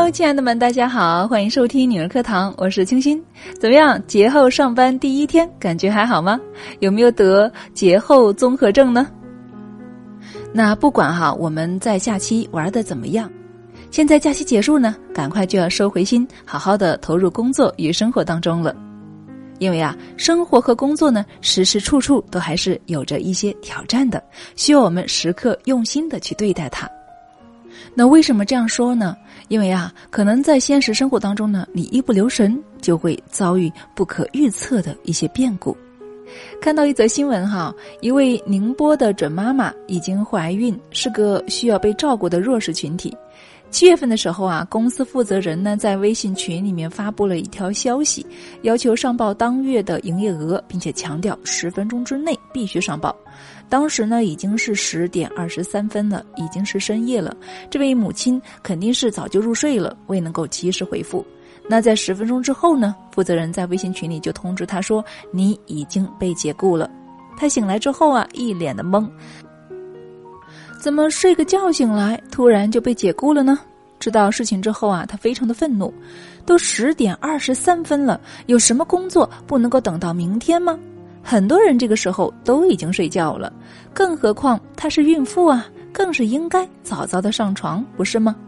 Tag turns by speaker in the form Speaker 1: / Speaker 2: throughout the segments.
Speaker 1: Hello， 亲爱的们，大家好，欢迎收听女儿课堂，我是清新。怎么样？节后上班第一天，感觉还好吗？有没有得节后综合症呢？那不管我们在假期玩得怎么样，现在假期结束呢，赶快就要收回心，好好的投入工作与生活当中了。因为生活和工作呢，时时处处都还是有着一些挑战的，需要我们时刻用心的去对待它。那为什么这样说呢？因为可能在现实生活当中呢，你一不留神就会遭遇不可预测的一些变故。看到一则新闻一位宁波的准妈妈已经怀孕，是个需要被照顾的弱势群体。7月份的时候公司负责人呢在微信群里面发布了一条消息，要求上报当月的营业额，并且强调10分钟之内必须上报。当时呢已经是10点23分了，已经是深夜了。这位母亲肯定是早就入睡了，未能够及时回复。那在10分钟之后呢，负责人在微信群里就通知她说，你已经被解雇了。她醒来之后一脸的懵，怎么睡个觉醒来突然就被解雇了呢？知道事情之后他非常的愤怒，都10点23分了，有什么工作不能够等到明天吗？很多人这个时候都已经睡觉了，更何况她是孕妇更是应该早早的上床，不是吗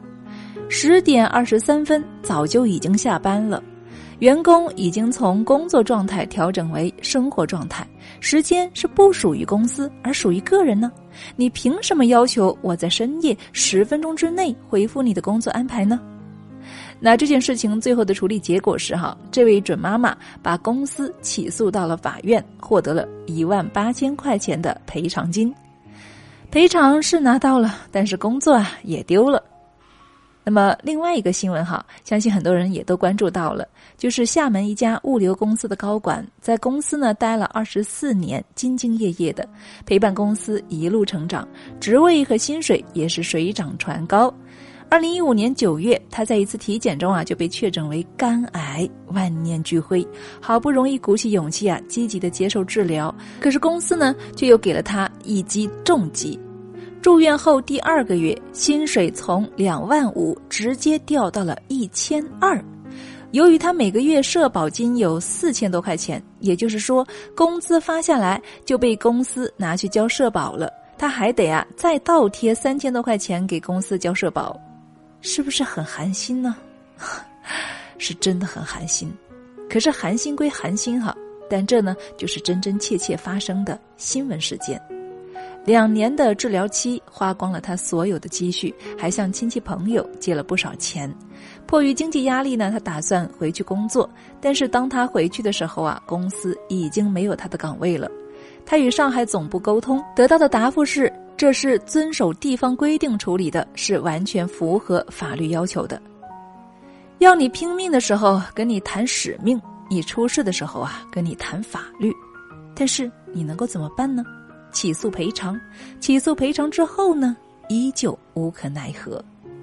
Speaker 1: ？10点23分早就已经下班了，员工已经从工作状态调整为生活状态，时间是不属于公司而属于个人呢？你凭什么要求我在深夜10分钟之内回复你的工作安排呢？那这件事情最后的处理结果是这位准妈妈把公司起诉到了法院，获得了18000块钱的赔偿金。赔偿是拿到了，但是工作也丢了。那么另外一个新闻相信很多人也都关注到了，就是厦门一家物流公司的高管在公司呢待了24年，兢兢业业的陪伴公司一路成长，职位和薪水也是水涨船高。2015年9月，他在一次体检中就被确诊为肝癌，万念俱灰，好不容易鼓起勇气积极的接受治疗，可是公司呢却又给了他一击重击。住院后第2个月，薪水从25000直接掉到了1200。由于他每个月社保金有4000多块钱，也就是说工资发下来就被公司拿去交社保了，他还得再倒贴3000多块钱给公司交社保，是不是很寒心呢？是真的很寒心。可是寒心归寒心但这呢就是真真切切发生的新闻事件。2年的治疗期花光了他所有的积蓄，还向亲戚朋友借了不少钱。迫于经济压力呢，他打算回去工作，但是当他回去的时候公司已经没有他的岗位了。他与上海总部沟通，得到的答复是，这是遵守地方规定处理的，是完全符合法律要求的。要你拼命的时候跟你谈使命，你出事的时候跟你谈法律，但是你能够怎么办呢？起诉赔偿，起诉赔偿之后呢，依旧无可奈何。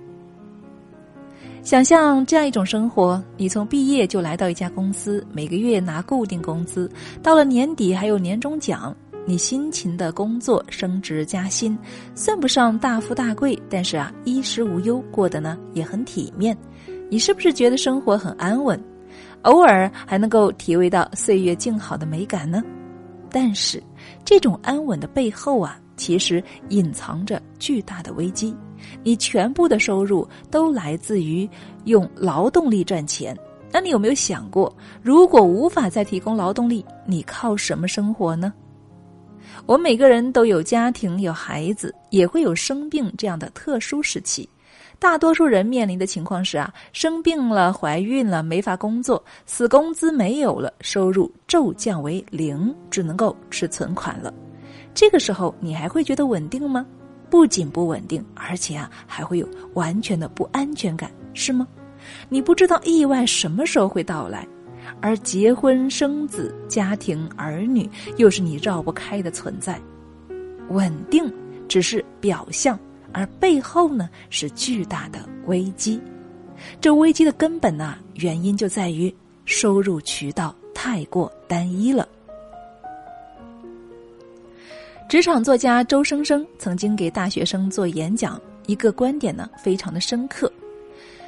Speaker 1: 想象这样一种生活，你从毕业就来到一家公司，每个月拿固定工资，到了年底还有年终奖，你辛勤的工作，升职加薪，算不上大富大贵，但是衣食无忧，过得呢也很体面。你是不是觉得生活很安稳，偶尔还能够体味到岁月静好的美感呢？但是这种安稳的背后其实隐藏着巨大的危机。你全部的收入都来自于用劳动力赚钱，那你有没有想过，如果无法再提供劳动力，你靠什么生活呢？我们每个人都有家庭，有孩子，也会有生病这样的特殊时期。大多数人面临的情况是生病了，怀孕了，没法工作，死工资没有了，收入骤降为0，只能够吃存款了。这个时候你还会觉得稳定吗？不仅不稳定，而且还会有完全的不安全感，是吗？你不知道意外什么时候会到来，而结婚生子、家庭儿女又是你绕不开的存在。稳定只是表象，而背后呢是巨大的危机。这危机的根本原因就在于收入渠道太过单一了。职场作家周生生曾经给大学生做演讲，一个观点呢非常的深刻。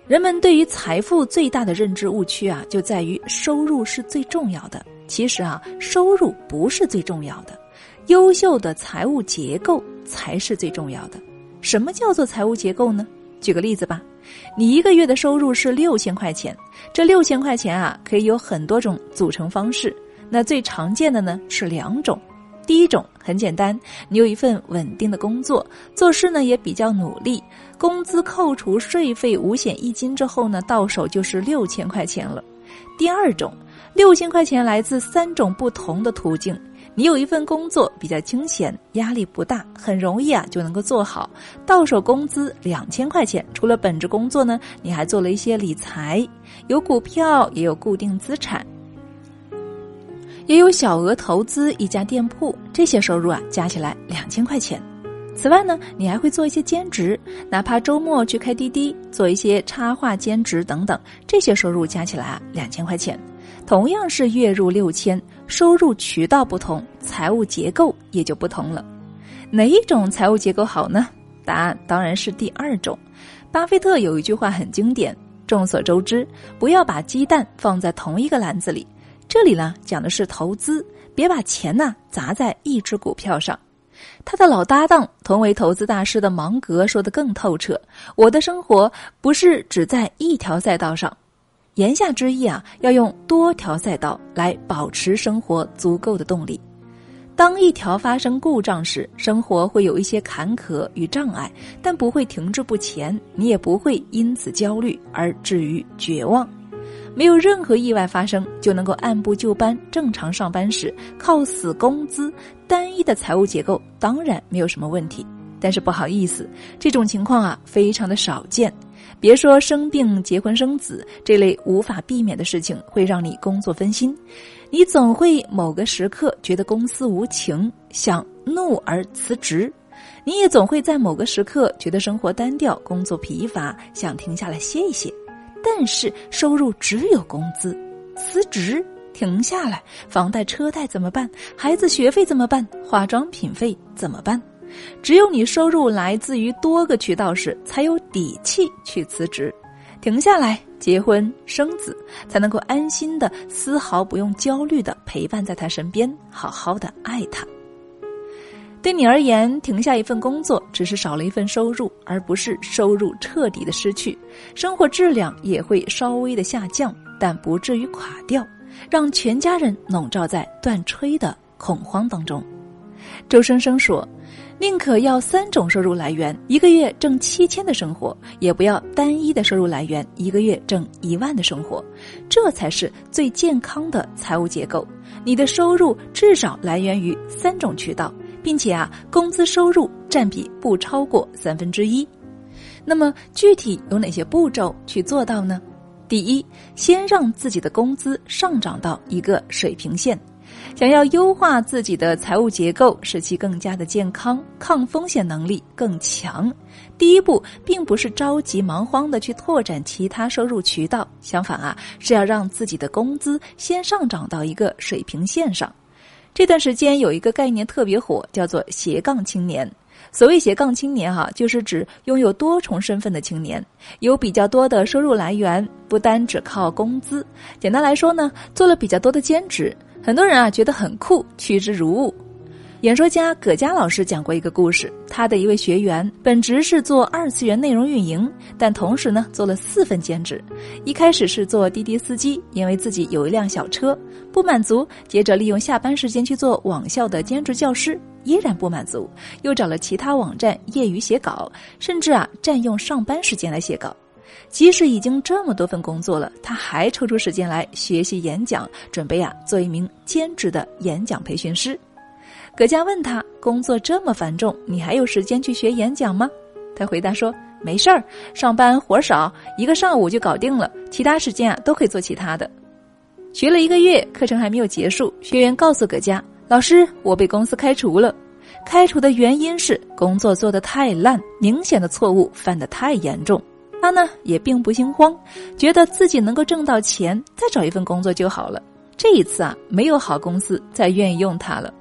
Speaker 1: 人们对于财富最大的认知误区啊，就在于收入是最重要的。其实啊，收入不是最重要的，优秀的财务结构才是最重要的。什么叫做财务结构呢？举个例子吧，你一个月的收入是6000块钱，这6000块钱啊，可以有很多种组成方式。那最常见的呢是2种。第一种很简单，你有一份稳定的工作，做事呢也比较努力，工资扣除税费五险一金之后呢，到手就是6000块钱了。第二种，6000块钱来自3种不同的途径。你有一份工作比较清闲，压力不大，很容易啊就能够做好，到手工资2000块钱。除了本职工作呢，你还做了一些理财，有股票，也有固定资产，也有小额投资一家店铺，这些收入啊加起来2000块钱。此外呢，你还会做一些兼职，哪怕周末去开滴滴，做一些插画兼职等等，这些收入加起来啊2000块钱。同样是月入6000，收入渠道不同，财务结构也就不同了。哪一种财务结构好呢？答案当然是第二种。巴菲特有一句话很经典，众所周知，不要把鸡蛋放在同一个篮子里。这里呢讲的是投资，别把钱呢砸在一只股票上。他的老搭档同为投资大师的芒格说得更透彻，我的生活不是只在一条赛道上。言下之意啊，要用多条赛道来保持生活足够的动力。当一条发生故障时，生活会有一些坎坷与障碍，但不会停滞不前，你也不会因此焦虑而至于绝望。没有任何意外发生，就能够按部就班正常上班时，靠死工资，单一的财务结构当然没有什么问题。但是不好意思，这种情况啊非常的少见。别说生病、结婚生子这类无法避免的事情会让你工作分心，你总会某个时刻觉得公司无情，想怒而辞职。你也总会在某个时刻觉得生活单调，工作疲乏，想停下来歇一歇。但是收入只有工资，辞职停下来，房贷车贷怎么办？孩子学费怎么办？化妆品费怎么办？只有你收入来自于多个渠道时，才有底气去辞职，停下来结婚生子，才能够安心的丝毫不用焦虑的陪伴在他身边，好好的爱他。对你而言，停下一份工作只是少了一份收入，而不是收入彻底的失去，生活质量也会稍微的下降，但不至于垮掉，让全家人笼罩在断炊的恐慌当中。周生生说，宁可要3种收入来源，一个月挣7000的生活，也不要单一的收入来源，一个月挣1万的生活。这才是最健康的财务结构。你的收入至少来源于3种渠道，并且工资收入占比不超过1/3。那么具体有哪些步骤去做到呢？第一，先让自己的工资上涨到一个水平线。想要优化自己的财务结构，使其更加的健康，抗风险能力更强，第一步并不是着急忙慌的去拓展其他收入渠道，相反是要让自己的工资先上涨到一个水平线上。这段时间有一个概念特别火，叫做斜杠青年。所谓斜杠青年就是指拥有多重身份的青年，有比较多的收入来源，不单只靠工资。简单来说呢，做了比较多的兼职，很多人觉得很酷，趋之如鹜。演说家葛佳老师讲过一个故事，他的一位学员本职是做2次元内容运营，但同时呢做了4份兼职。一开始是做滴滴司机，因为自己有一辆小车，不满足，接着利用下班时间去做网校的兼职教师，依然不满足，又找了其他网站业余写稿，甚至占用上班时间来写稿。即使已经这么多份工作了，他还抽出时间来学习演讲，准备做一名兼职的演讲培训师。葛佳问他，工作这么繁重，你还有时间去学演讲吗？他回答说，没事儿，上班活少，一个上午就搞定了，其他时间都可以做其他的。学了1个月，课程还没有结束，学员告诉葛佳，老师，我被公司开除了。开除的原因是工作做得太烂，明显的错误犯得太严重。他呢也并不心慌，觉得自己能够挣到钱，再找一份工作就好了。这一次没有好公司再愿意用他了。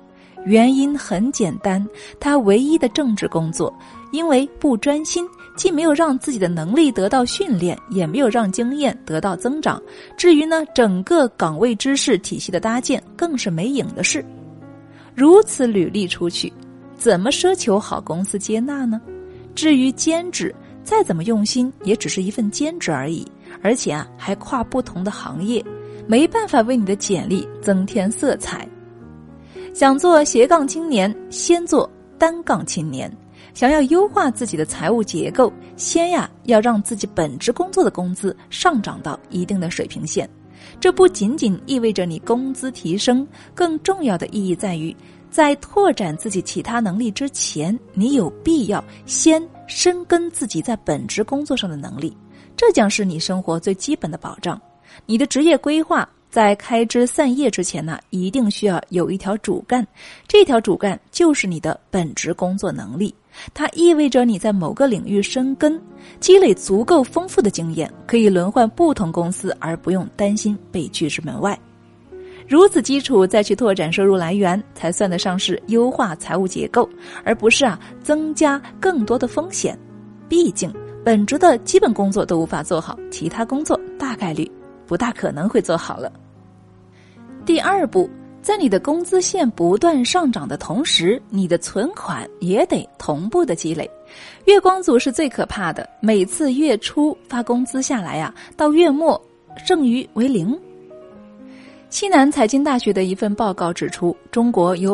Speaker 1: 原因很简单，他唯一的政治工作，因为不专心，既没有让自己的能力得到训练，也没有让经验得到增长。至于呢，整个岗位知识体系的搭建，更是没影的事。如此履历出去，怎么奢求好公司接纳呢？至于兼职，再怎么用心，也只是一份兼职而已，而且还跨不同的行业，没办法为你的简历增添色彩。想做斜杠青年，先做单杠青年。想要优化自己的财务结构，先要让自己本职工作的工资上涨到一定的水平线。这不仅仅意味着你工资提升，更重要的意义在于，在拓展自己其他能力之前，你有必要先深耕自己在本职工作上的能力，这将是你生活最基本的保障。你的职业规划在开枝散叶之前呢，一定需要有一条主干，这条主干就是你的本职工作能力。它意味着你在某个领域深耕，积累足够丰富的经验，可以轮换不同公司，而不用担心被拒之门外。如此基础再去拓展收入来源，才算得上是优化财务结构，而不是增加更多的风险。毕竟本职的基本工作都无法做好，其他工作大概率不大可能会做好了。第二步，在你的工资线不断上涨的同时，你的存款也得同步的积累。月光族是最可怕的，每次月初发工资下来到月末剩余为零。西南财经大学的一份报告指出，中国有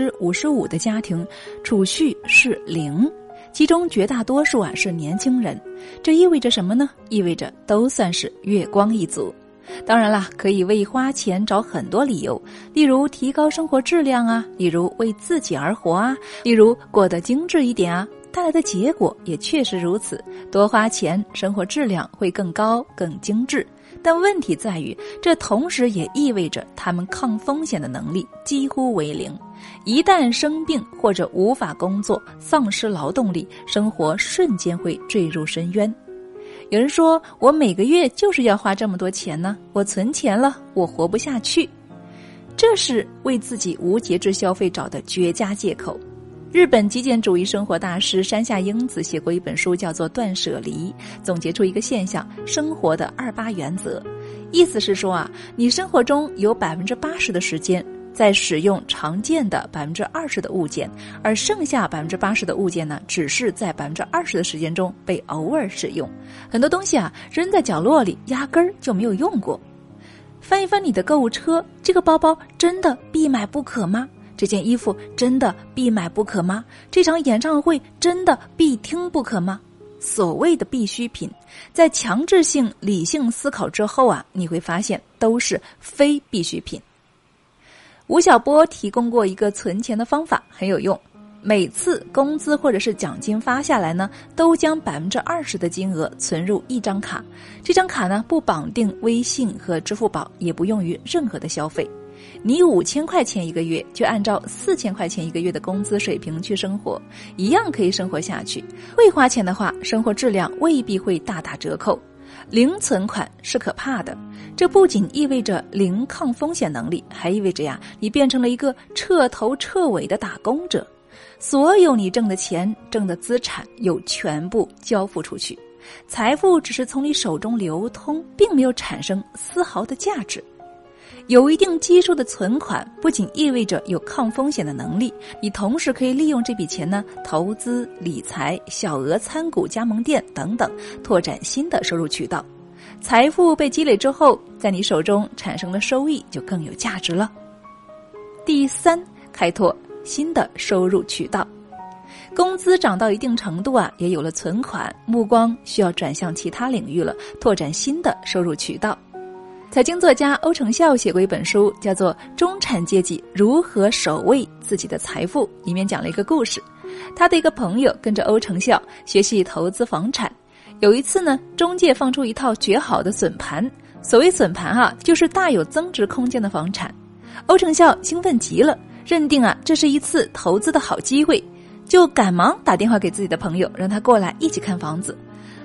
Speaker 1: 55% 的家庭储蓄是零，其中绝大多数是年轻人。这意味着什么呢？意味着都算是月光一族。当然啦，可以为花钱找很多理由，例如提高生活质量例如为自己而活例如过得精致一点带来的结果也确实如此，多花钱，生活质量会更高更精致。但问题在于，这同时也意味着他们抗风险的能力几乎为零，一旦生病或者无法工作，丧失劳动力，生活瞬间会坠入深渊。有人说，我每个月就是要花这么多钱呢，我存钱了，我活不下去。这是为自己无节制消费找的绝佳借口。日本极简主义生活大师山下英子写过一本书，叫做《断舍离》，总结出一个现象，生活的28原则。意思是说你生活中有 80% 的时间在使用常见的 20% 的物件，而剩下 80% 的物件呢，只是在 20% 的时间中被偶尔使用。很多东西扔在角落里，压根儿就没有用过。翻一翻你的购物车，这个包包真的必买不可吗？这件衣服真的必买不可吗？这场演唱会真的必听不可吗？所谓的必需品，在强制性理性思考之后你会发现都是非必需品。吴晓波提供过一个存钱的方法，很有用。每次工资或者是奖金发下来呢，都将 20% 的金额存入一张卡。这张卡呢，不绑定微信和支付宝，也不用于任何的消费。你5000块钱一个月，就按照4000块钱一个月的工资水平去生活，一样可以生活下去。会花钱的话，生活质量未必会大打折扣。零存款是可怕的，这不仅意味着零抗风险能力，还意味着你变成了一个彻头彻尾的打工者。所有你挣的钱、挣的资产又全部交付出去，财富只是从你手中流通，并没有产生丝毫的价值。有一定基数的存款，不仅意味着有抗风险的能力，你同时可以利用这笔钱呢，投资、理财、小额参股加盟店等等，拓展新的收入渠道。财富被积累之后，在你手中产生的收益就更有价值了。第3，开拓新的收入渠道。工资涨到一定程度也有了存款，目光需要转向其他领域了，拓展新的收入渠道。财经作家欧成孝写过一本书，叫做《中产阶级如何守卫自己的财富》，里面讲了一个故事。他的一个朋友跟着欧成孝学习投资房产，有一次呢，中介放出一套绝好的笋盘。所谓笋盘就是大有增值空间的房产。欧成孝兴奋极了，认定这是一次投资的好机会，就赶忙打电话给自己的朋友，让他过来一起看房子。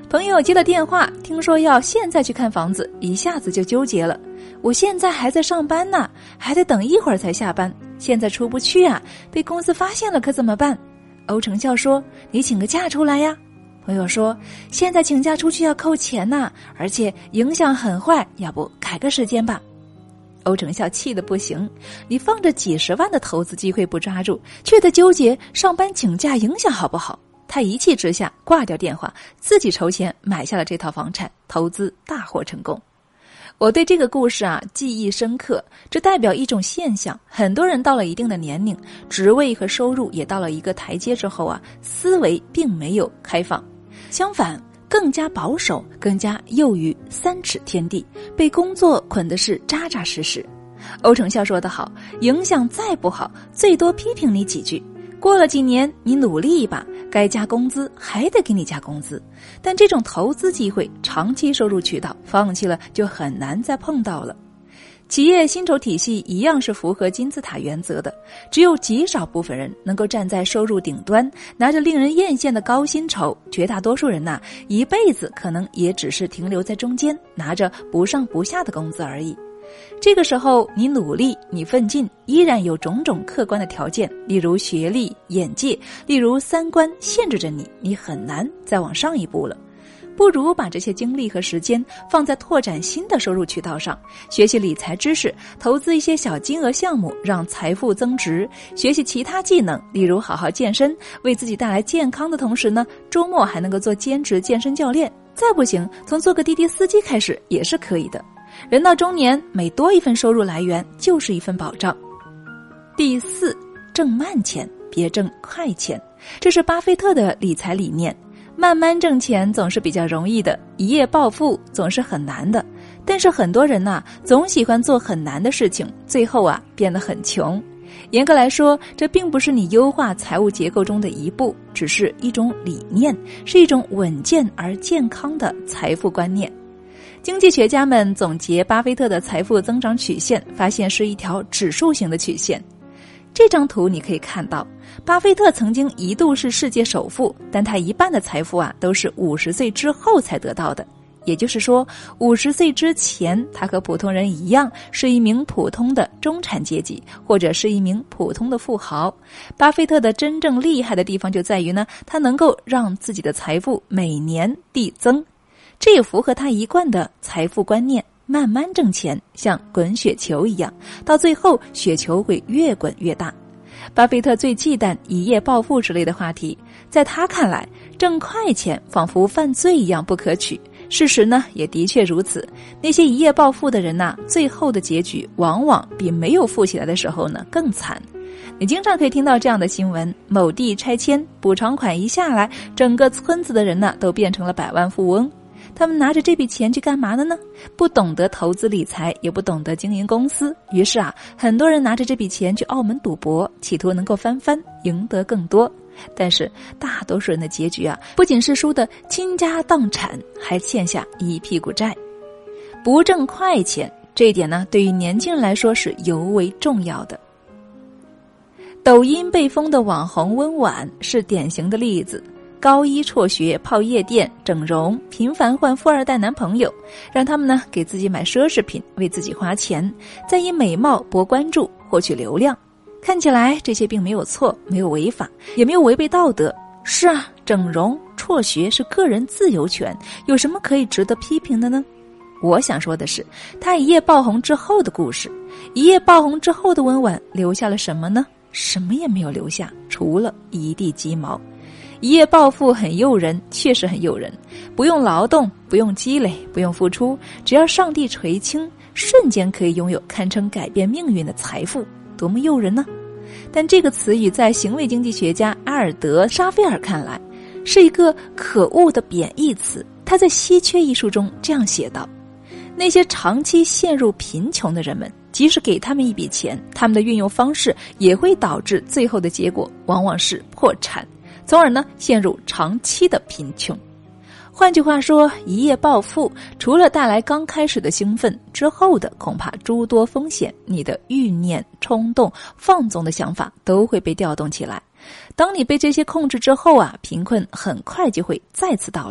Speaker 1: 朋友接了电话，听说要现在去看房子，一下子就纠结了。我现在还在上班呢，还得等一会儿才下班，现在出不去啊，被公司发现了可怎么办？欧成笑说，你请个假出来呀。朋友说，现在请假出去要扣钱呢，而且影响很坏，要不改个时间吧。欧成笑气得不行，你放着几10万的投资机会不抓住，却得纠结上班请假影响好不好。他一气之下挂掉电话，自己筹钱买下了这套房产，投资大获成功。我对这个故事记忆深刻，这代表一种现象，很多人到了一定的年龄，职位和收入也到了一个台阶之后思维并没有开放，相反更加保守，更加囿于3尺天地，被工作捆的是扎扎实实。欧成笑说得好，影响再不好，最多批评你几句，过了几年你努力一把，该加工资还得给你加工资。但这种投资机会，长期收入渠道放弃了就很难再碰到了。企业薪酬体系一样是符合金字塔原则的，只有极少部分人能够站在收入顶端，拿着令人艳羡的高薪酬，绝大多数人一辈子可能也只是停留在中间，拿着不上不下的工资而已。这个时候你努力你奋进，依然有种种客观的条件，例如学历、眼界，例如3观限制着你很难再往上一步了。不如把这些精力和时间放在拓展新的收入渠道上，学习理财知识，投资一些小金额项目，让财富增值，学习其他技能，例如好好健身，为自己带来健康的同时周末还能够做兼职健身教练，再不行从做个滴滴司机开始也是可以的。人到中年，每多一份收入来源就是一份保障。第4，挣慢钱，别挣快钱，这是巴菲特的理财理念。慢慢挣钱总是比较容易的，一夜暴富总是很难的。但是很多人总喜欢做很难的事情，最后变得很穷。严格来说，这并不是你优化财务结构中的一步，只是一种理念，是一种稳健而健康的财富观念。经济学家们总结巴菲特的财富增长曲线，发现是一条指数型的曲线。这张图你可以看到，巴菲特曾经一度是世界首富，但他一半的财富都是50岁之后才得到的。也就是说，50岁之前，他和普通人一样，是一名普通的中产阶级，或者是一名普通的富豪。巴菲特的真正厉害的地方就在于他能够让自己的财富每年递增，这也符合他一贯的财富观念。慢慢挣钱，像滚雪球一样，到最后雪球会越滚越大。巴菲特最忌惮一夜暴富之类的话题，在他看来，挣快钱仿佛犯罪一样不可取。事实也的确如此，那些一夜暴富的人最后的结局往往比没有富起来的时候更惨。你经常可以听到这样的新闻，某地拆迁，补偿款一下来，整个村子的人都变成了百万富翁。他们拿着这笔钱去干嘛了呢？不懂得投资理财，也不懂得经营公司，于是很多人拿着这笔钱去澳门赌博，企图能够翻番，赢得更多。但是大多数人的结局不仅是输得倾家荡产，还欠下一屁股债。不挣快钱，这一点对于年轻人来说是尤为重要的。抖音被封的网红温婉是典型的例子。高一辍学，泡夜店，整容，频繁换富二代男朋友，让他们给自己买奢侈品，为自己花钱，再以美貌博关注，获取流量。看起来这些并没有错，没有违法，也没有违背道德。是整容、辍学是个人自由权，有什么可以值得批评的呢？我想说的是，他一夜爆红之后的故事。一夜爆红之后的温婉留下了什么呢？什么也没有留下，除了一地鸡毛。一夜暴富很诱人，确实很诱人，不用劳动，不用积累，不用付出，只要上帝垂青，瞬间可以拥有堪称改变命运的财富，多么诱人呢？但这个词语在行为经济学家阿尔德·沙菲尔看来是一个可恶的贬义词。他在《稀缺》一书中这样写道：那些长期陷入贫穷的人们，即使给他们一笔钱，他们的运用方式也会导致最后的结果往往是破产，从而陷入长期的贫穷。换句话说，一夜暴富除了带来刚开始的兴奋，之后的恐怕诸多风险，你的欲念、冲动、放纵的想法都会被调动起来。当你被这些控制之后贫困很快就会再次到来。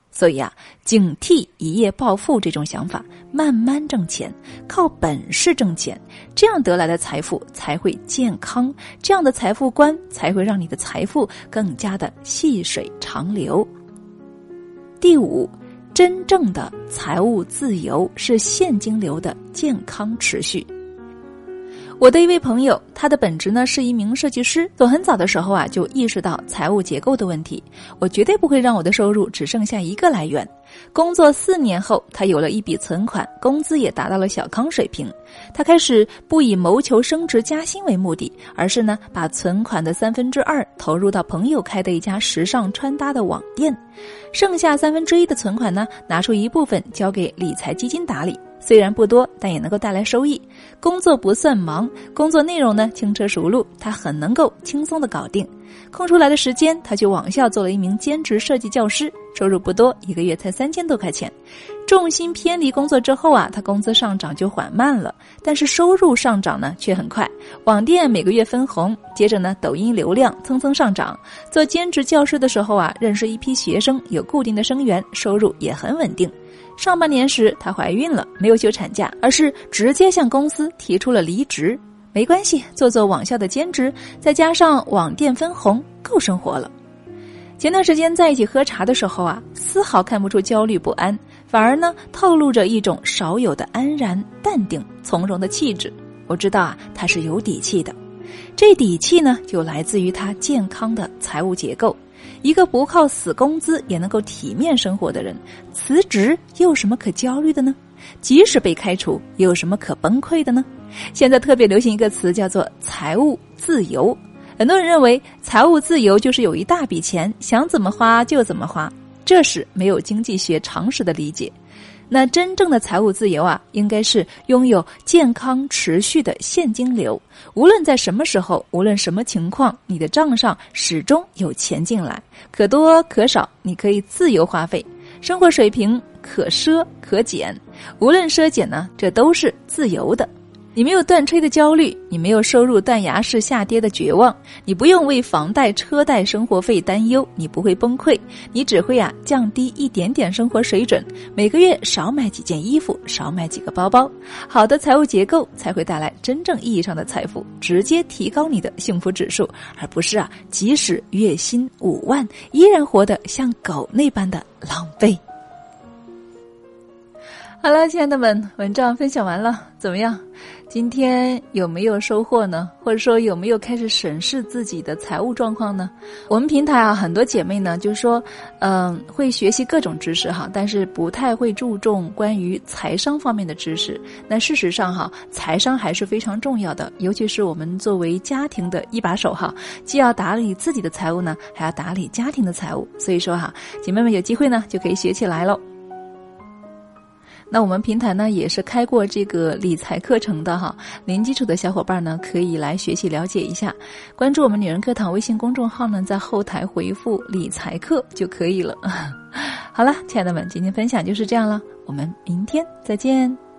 Speaker 1: 所以啊，警惕一夜暴富这种想法，慢慢挣钱，靠本事挣钱，这样得来的财富才会健康，这样的财富观才会让你的财富更加的细水长流。第5，真正的财务自由是现金流的健康持续。我的一位朋友，他的本职呢是一名设计师，从很早的时候啊就意识到财务结构的问题，我绝对不会让我的收入只剩下一个来源。工作4年后，他有了一笔存款，工资也达到了小康水平。他开始不以谋求升职加薪为目的，而是呢把存款的2/3投入到朋友开的一家时尚穿搭的网店，剩下1/3的存款呢拿出一部分交给理财基金打理。虽然不多，但也能够带来收益。工作不算忙，工作内容呢轻车熟路，他很能够轻松的搞定。空出来的时间，他去网校做了一名兼职设计教师，收入不多，1个月才3000多块钱。重心偏离工作之后啊，他工资上涨就缓慢了，但是收入上涨呢却很快。网店每个月分红，接着呢抖音流量蹭蹭上涨。做兼职教师的时候啊，认识一批学生，有固定的生源，收入也很稳定。上半年时，她怀孕了，没有休产假，而是直接向公司提出了离职。没关系，做网校的兼职，再加上网店分红，够生活了。前段时间在一起喝茶的时候啊，丝毫看不出焦虑不安，反而呢透露着一种少有的安然、淡定、从容的气质。我知道啊，他是有底气的。这底气呢，就来自于他健康的财务结构。一个不靠死工资也能够体面生活的人，辞职又有什么可焦虑的呢？即使被开除，又有什么可崩溃的呢？现在特别流行一个词叫做财务自由。很多人认为财务自由就是有一大笔钱，想怎么花就怎么花，这是没有经济学常识的理解。那真正的财务自由啊，应该是拥有健康持续的现金流，无论在什么时候，无论什么情况，你的账上始终有钱进来，可多可少，你可以自由花费，生活水平可奢可减，无论奢减呢，这都是自由的。你没有断炊的焦虑，你没有收入断崖式下跌的绝望，你不用为房贷、车贷、生活费担忧，你不会崩溃，你只会降低一点点生活水准，每个月少买几件衣服，少买几个包包。好的财务结构才会带来真正意义上的财富，直接提高你的幸福指数，而不是即使月薪5万，依然活得像狗那般的狼狈。好了，亲爱的们，文章分享完了，怎么样？今天有没有收获呢？或者说有没有开始审视自己的财务状况呢？我们平台很多姐妹呢，就是说，会学习各种知识但是不太会注重关于财商方面的知识。那事实上财商还是非常重要的，尤其是我们作为家庭的一把手既要打理自己的财务呢，还要打理家庭的财务。所以说姐妹们有机会呢，就可以学起来咯。那我们平台呢也是开过这个理财课程的零基础的小伙伴呢可以来学习了解一下，关注我们女人课堂微信公众号呢，在后台回复理财课就可以了。好了，亲爱的们，今天分享就是这样了，我们明天再见。